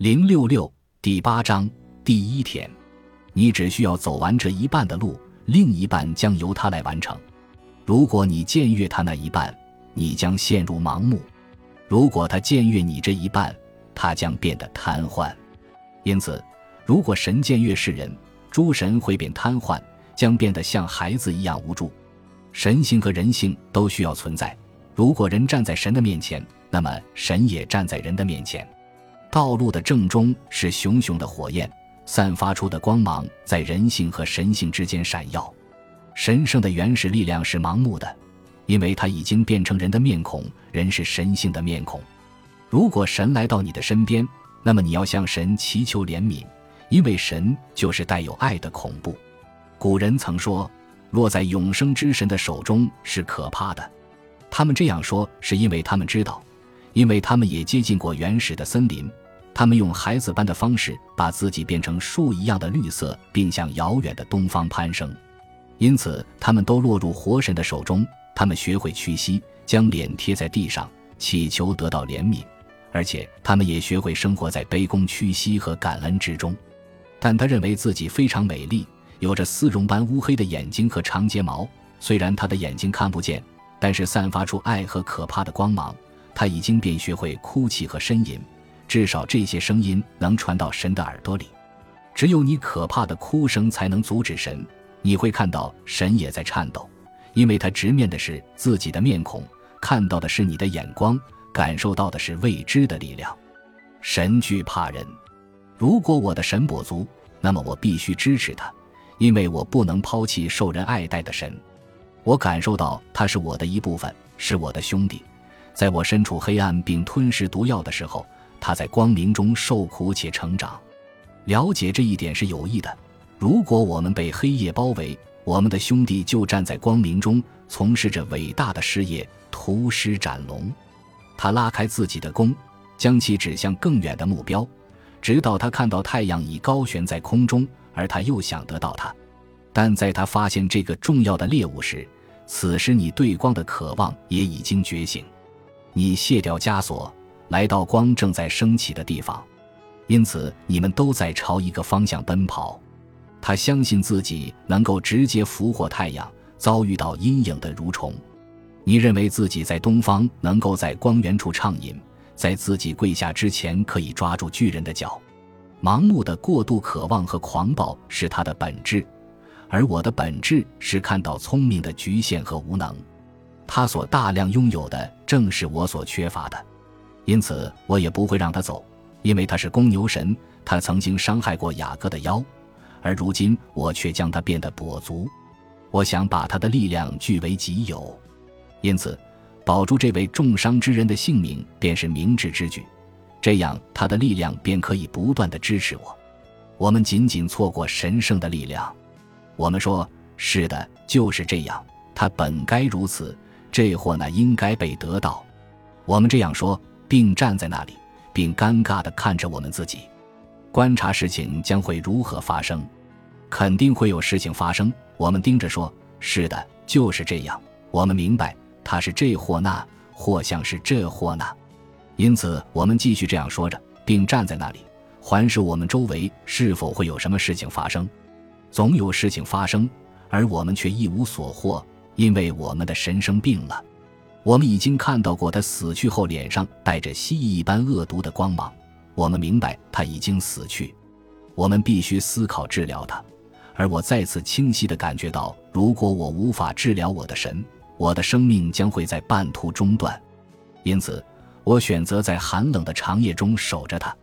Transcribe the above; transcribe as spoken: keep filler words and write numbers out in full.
零六六第八章第一天，你只需要走完这一半的路，另一半将由他来完成。如果你僭越他那一半，你将陷入盲目；如果他僭越你这一半，他将变得瘫痪。因此，如果神僭越世人，诸神会变瘫痪，将变得像孩子一样无助。神性和人性都需要存在，如果人站在神的面前，那么神也站在人的面前。道路的正中是熊熊的火焰，散发出的光芒在人性和神性之间闪耀。神圣的原始力量是盲目的，因为它已经变成人的面孔，人是神性的面孔。如果神来到你的身边，那么你要向神祈求怜悯，因为神就是带有爱的恐怖。古人曾说，落在永生之神的手中是可怕的。他们这样说是因为他们知道，因为他们也接近过原始的森林，他们用孩子般的方式把自己变成树一样的绿色，并向遥远的东方攀升。因此他们都落入活神的手中，他们学会屈膝，将脸贴在地上，祈求得到怜悯，而且他们也学会生活在卑躬屈膝和感恩之中。但他认为自己非常美丽，有着丝绒般乌黑的眼睛和长睫毛，虽然他的眼睛看不见，但是散发出爱和可怕的光芒。他已经便学会哭泣和呻吟，至少这些声音能传到神的耳朵里。只有你可怕的哭声才能阻止神，你会看到神也在颤抖，因为他直面的是自己的面孔，看到的是你的眼光，感受到的是未知的力量。神惧怕人，如果我的神跛足，那么我必须支持他，因为我不能抛弃受人爱戴的神。我感受到他是我的一部分，是我的兄弟。在我身处黑暗并吞噬毒药的时候，他在光明中受苦且成长。了解这一点是有益的。如果我们被黑夜包围，我们的兄弟就站在光明中，从事着伟大的事业，屠狮斩龙。他拉开自己的弓，将其指向更远的目标，直到他看到太阳已高悬在空中，而他又想得到它。但在他发现这个重要的猎物时，此时你对光的渴望也已经觉醒。你卸掉枷锁，来到光正在升起的地方，因此你们都在朝一个方向奔跑。他相信自己能够直接俘获太阳，遭遇到阴影的蠕虫。你认为自己在东方能够在光源处畅饮，在自己跪下之前可以抓住巨人的脚。盲目的过度渴望和狂暴是他的本质，而我的本质是看到聪明的局限和无能。他所大量拥有的正是我所缺乏的，因此我也不会让他走，因为他是公牛神，他曾经伤害过雅各的腰，而如今我却将他变得跛足。我想把他的力量据为己有，因此保住这位重伤之人的性命便是明智之举，这样他的力量便可以不断地支持我。我们仅仅错过神圣的力量。我们说，是的，就是这样，他本该如此，这货呢应该被得到。我们这样说，并站在那里，并尴尬地看着我们自己，观察事情将会如何发生。肯定会有事情发生，我们盯着说，是的，就是这样。我们明白，他是这或那，或像是这或那。因此我们继续这样说着，并站在那里，环视我们周围是否会有什么事情发生。总有事情发生，而我们却一无所获，因为我们的神生病了。我们已经看到过他死去后脸上带着蜥蜴一般恶毒的光芒，我们明白他已经死去。我们必须思考治疗他，而我再次清晰地感觉到，如果我无法治疗我的神，我的生命将会在半途中断。因此我选择在寒冷的长夜中守着他。